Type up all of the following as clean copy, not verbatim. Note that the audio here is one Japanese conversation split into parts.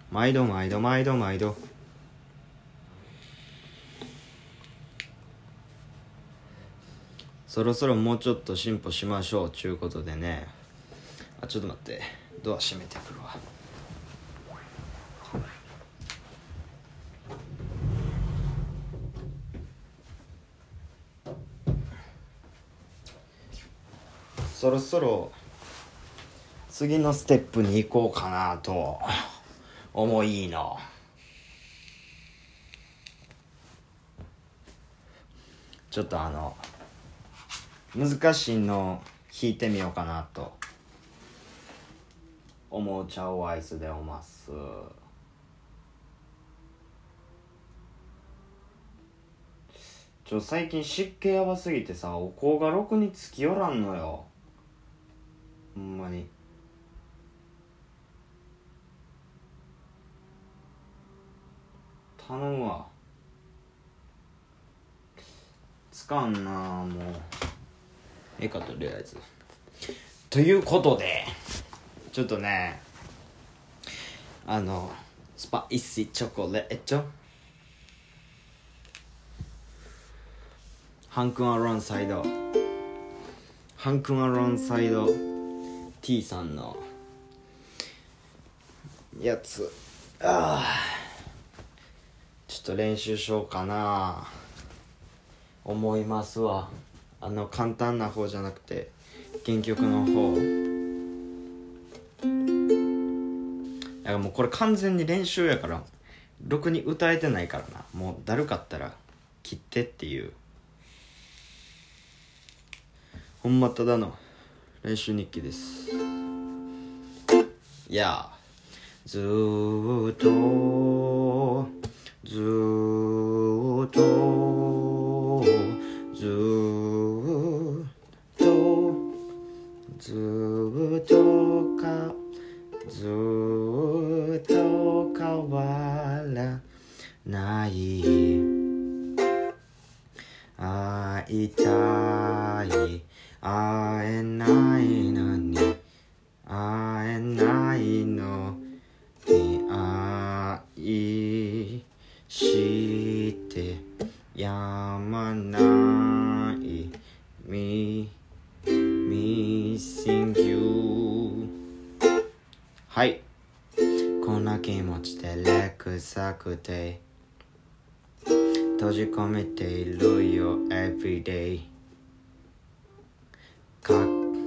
毎度毎度毎度毎度。そろそろもうちょっと進歩しましょうちゅうことでね。ちょっと待って、ドア閉めてくるわ。そろそろ次のステップに行こうかなと思いの。ちょっと難しいの弾いてみようかなと思うちゃうアイスでおます。最近湿気やばすぎてさ、お香がろくにつきよらんのよ。ほんまに頼むわ。つかんなもう。とりあえず。ということで、ちょっとね、スパイシーチョコレート、ハンクンアロンサイド T さんのやつ、ちょっと練習しようかな思いますわ。簡単な方じゃなくて原曲の方。だからもうこれ完全に練習やから、ろくに歌えてないからな。もうだるかったら切ってっていう、ほんまただの練習日記です。いや、ずーっとずーっとずーっとずーっとずーっと変わらない会いたい会えないのに会えないのに愛してやまない Missing you。 はい、こんな気持ちでレクサくて閉じ込めているよ everyday。 過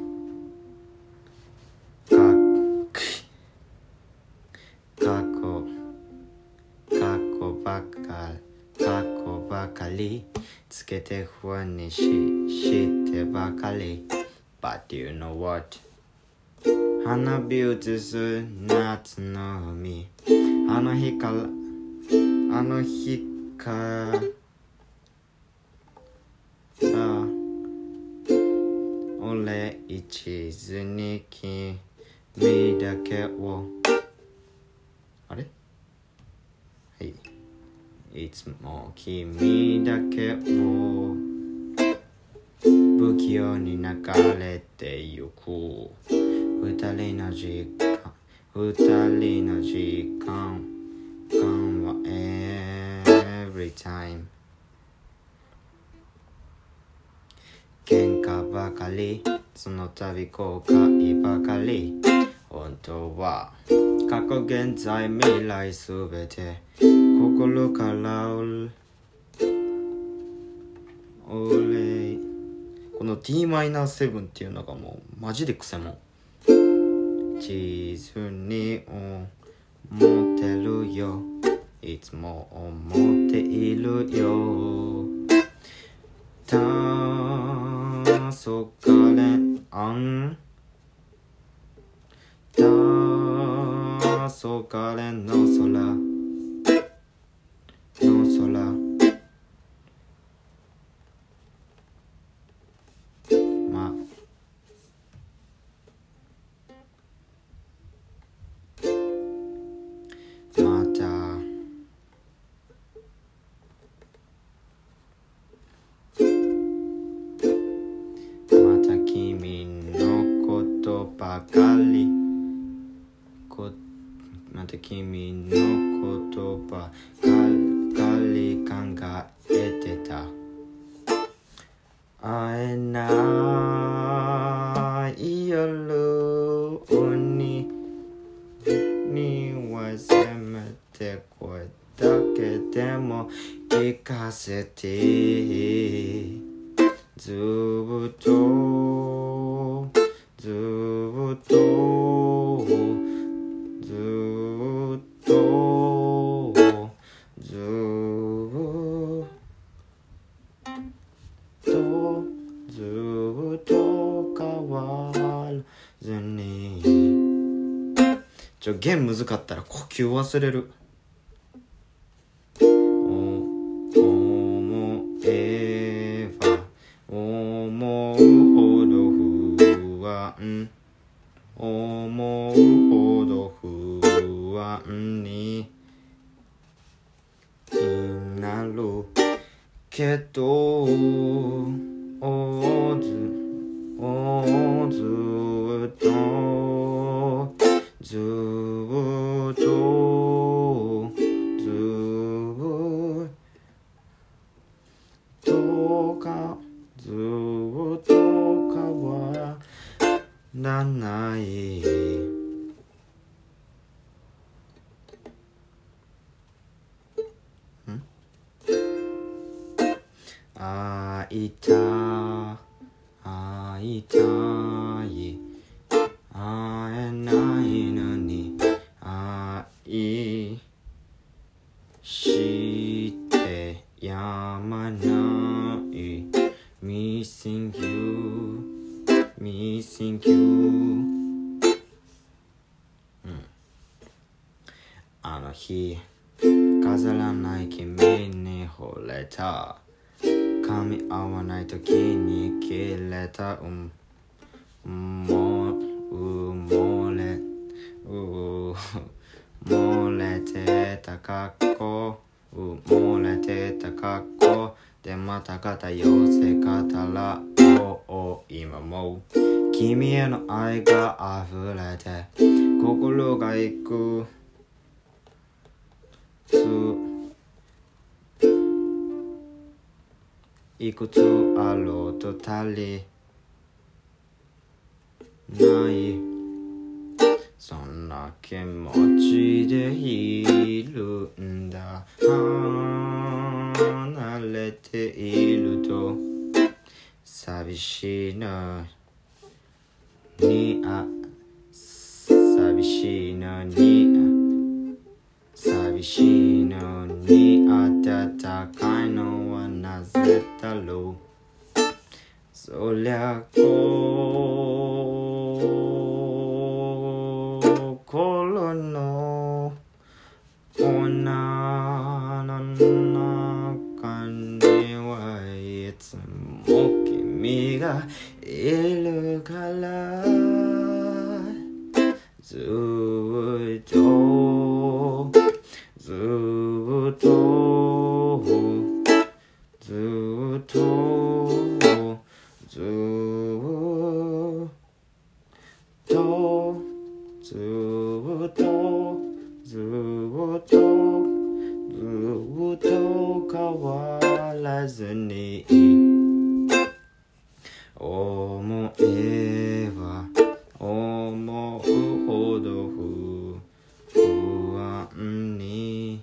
去ばかりつけて不安にしてばかり。 But you know what、 花火映す夏の海、あの日から俺一途に君だけを、あれ、はい、いつも君だけを不器用に流れてゆく二人の時間は every time 喧嘩ばかり、その度後悔ばかり。本当は過去現在未来すべて心から俺、この T-7 っていうのがもうマジでクセもん。地図に思ってるよ、いつも思っているよ。黄昏の空また君のことばかりまた君の言葉かり考えてた。会えない夜にはせめて声だけでも聞かせて。ずっと変わらずに。弦難かったら呼吸忘れる。思うほど不安になるけど、ずっと変わらない。会いたい、会えないのに愛してやまない。 Missing you あの日飾らない君に惚れた。噛み合わない時に切れた。漏れてた格好でまた片寄せ方ら今も君への愛が溢れて心がいくつあろうと足りない。そんな気持ちでいるんだ。離れていると寂しいのに暖かいのはなぜだろう。そりゃ心の女の中にはいつも君がいるからずっと変わらずに思えば思うほど不安に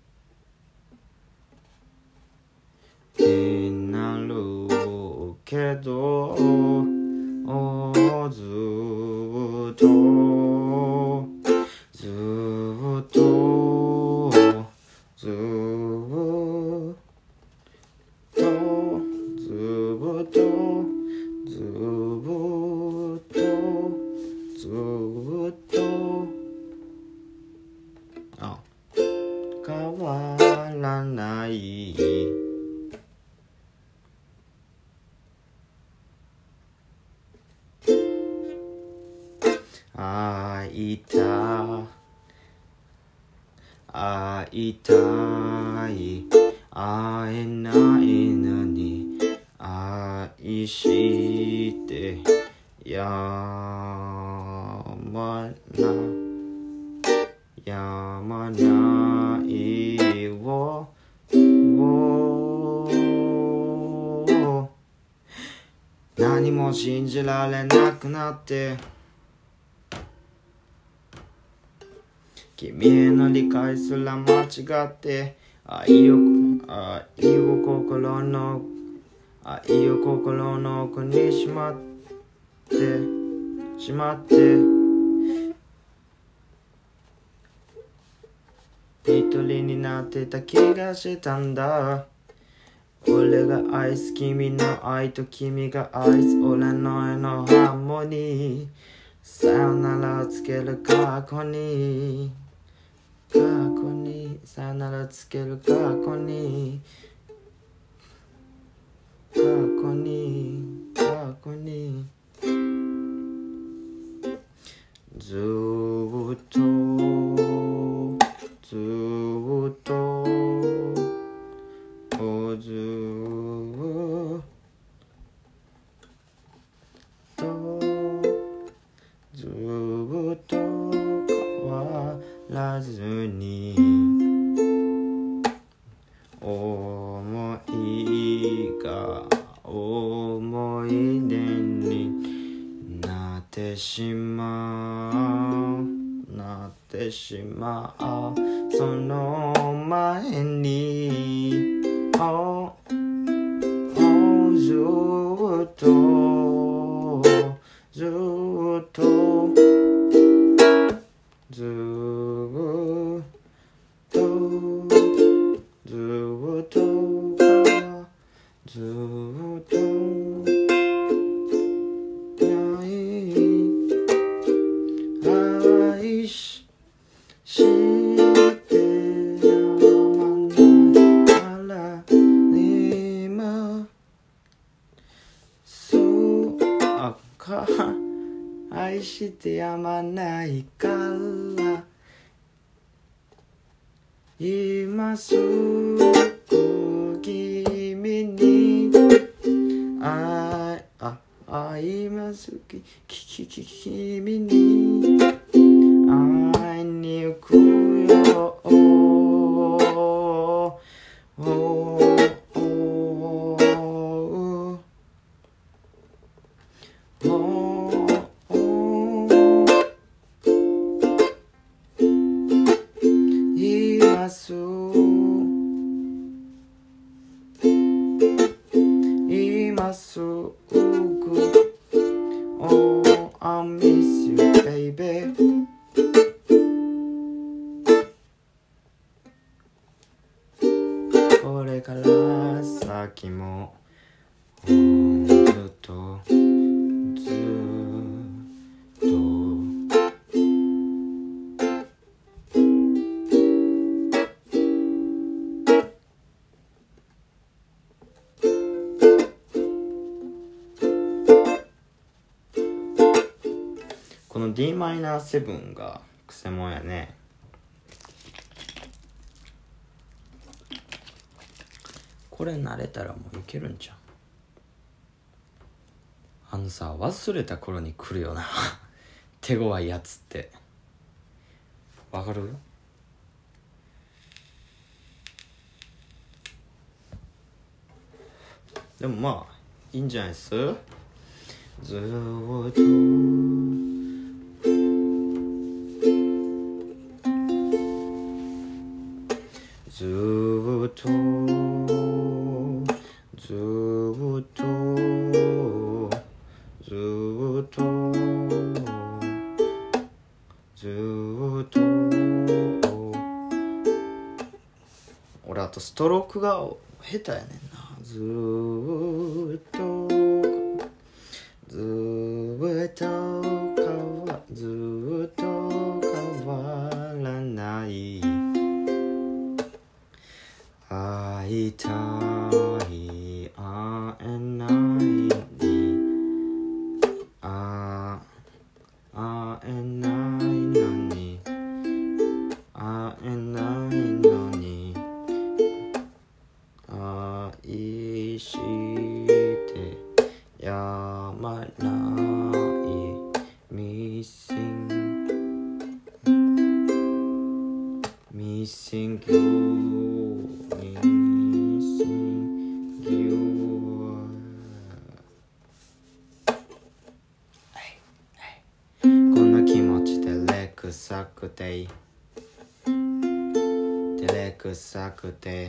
なるけどずっと変わらない。会いたい、会えないのに愛してやまない。 やまないを何も信じられなくなって君への理解すら間違って愛を心の奥にしまって一人になってた気がしたんだ。俺が愛す君の愛と君が愛す俺の絵のハーモニー。さよならをつける過去にさよならつける過去にずーっと変わらずに思いが思い出になってしまうその前にずっと愛してやまないから今愛してやまないから今すぐ君に今すぐ君に会いに行くよ今すぐI miss you babyこれから先もずっとこの Dm7 がくせもんやね。これ慣れたらもういけるんちゃう。さ忘れた頃に来るよな手強いやつってわかる？でもまあいいんじゃないっす。ずーっとずーっと俺あとストロークが下手やねんな。ずーっと変わらない会いたい会えないに会えないのに愛してやまない Missing you Missing you こんな気持ちでレクサくてレクサくて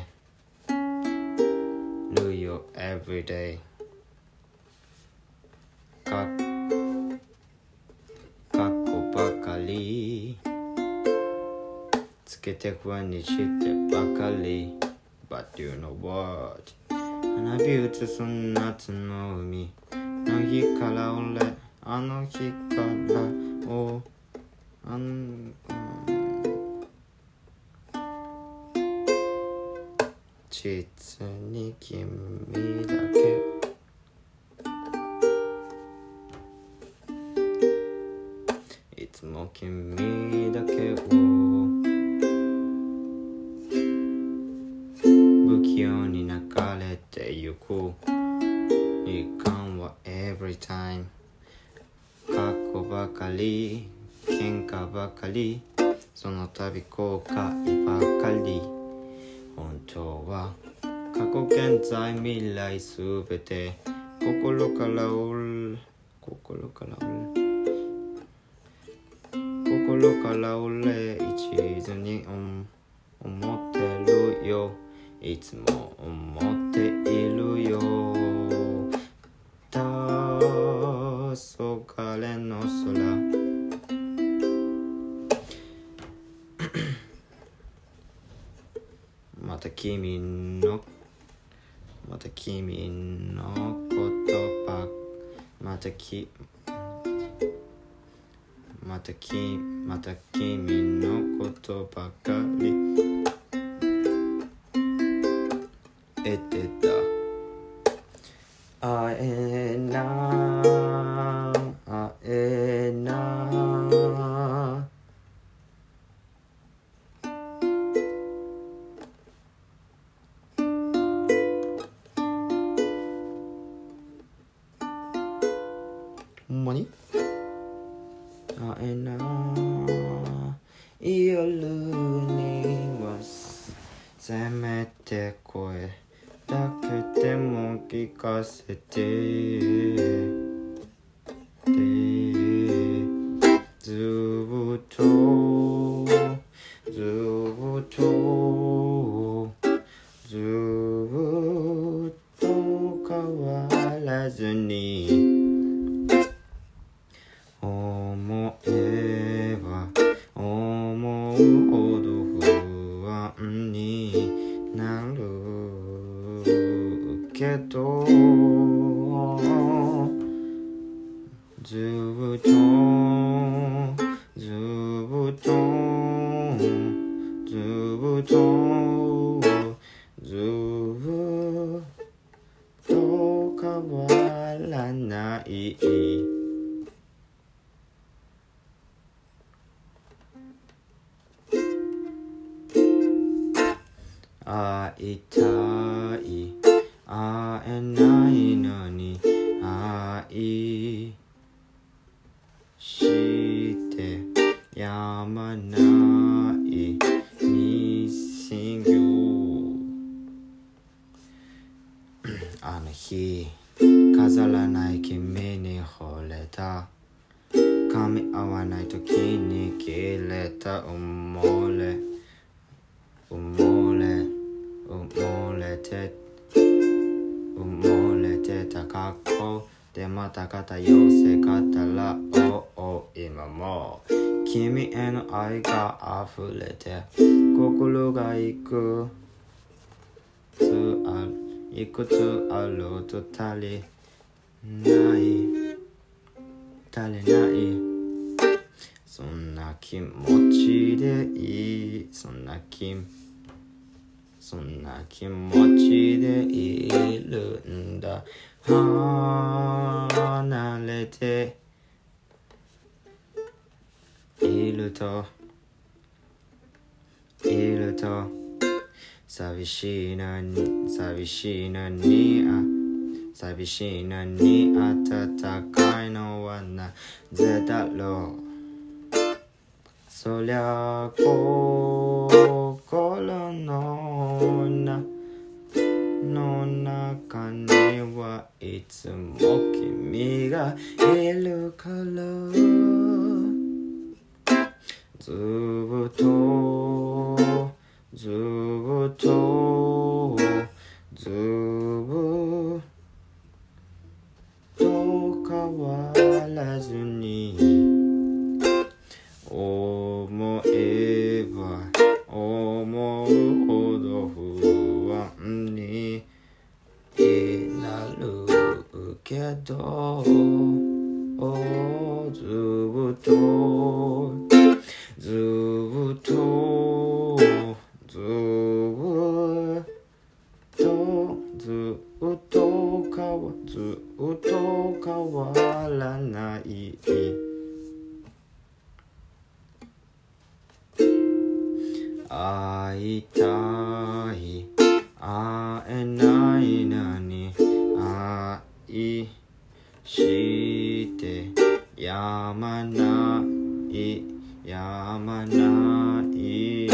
るよ everyday かっこばかりつけて不安にしてばかり But you know what 花火打つそん夏の海の日から俺あの日からを実に君だけいつも君だけを不器用に流れてゆく時間は every time 過去ばかり喧嘩ばかりその度後悔ばかり本当は過去現在未来すべて心から俺一途に思ってるよいつも思っているよ黄昏の空また君の言葉また君のことばかり得てた会えないほんまに会えない夜にはせめて声だけでも聞かせてずっと変わらずに思えば思うほど不安になるけどずっと変わらない会いたい会えないのに愛してやまない Missing you あの日飾らない君に惚れた噛み合わない時に切れた埋もれてた格好でまた肩寄せ方ら今も君への愛が溢れて心がいくつあると足りないそんな気持ちでいいそんな気持ちでいるんだ離れていると寂しいのに暖かいのはなぜだろうそりゃ心いつも君がいるからずっとずっとずっと変わらずに思えば思うほど不安になるけどずっとずっとずっとずっと変わらない会いたい会えないのに愛してやまないやまない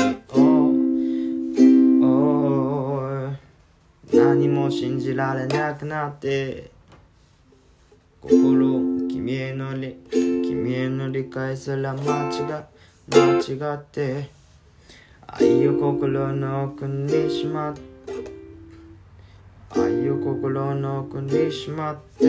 何も信じられなくなって君への理解すら間違って愛を心の奥にしまって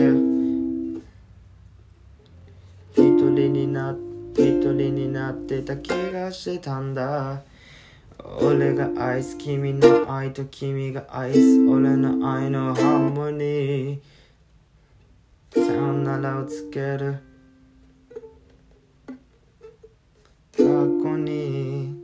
一人になってた気がしてたんだ俺が愛す君の愛と君が愛す俺の愛のハーモニーさよならをつける過去に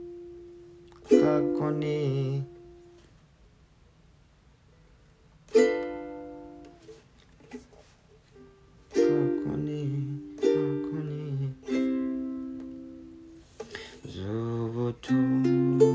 ずっと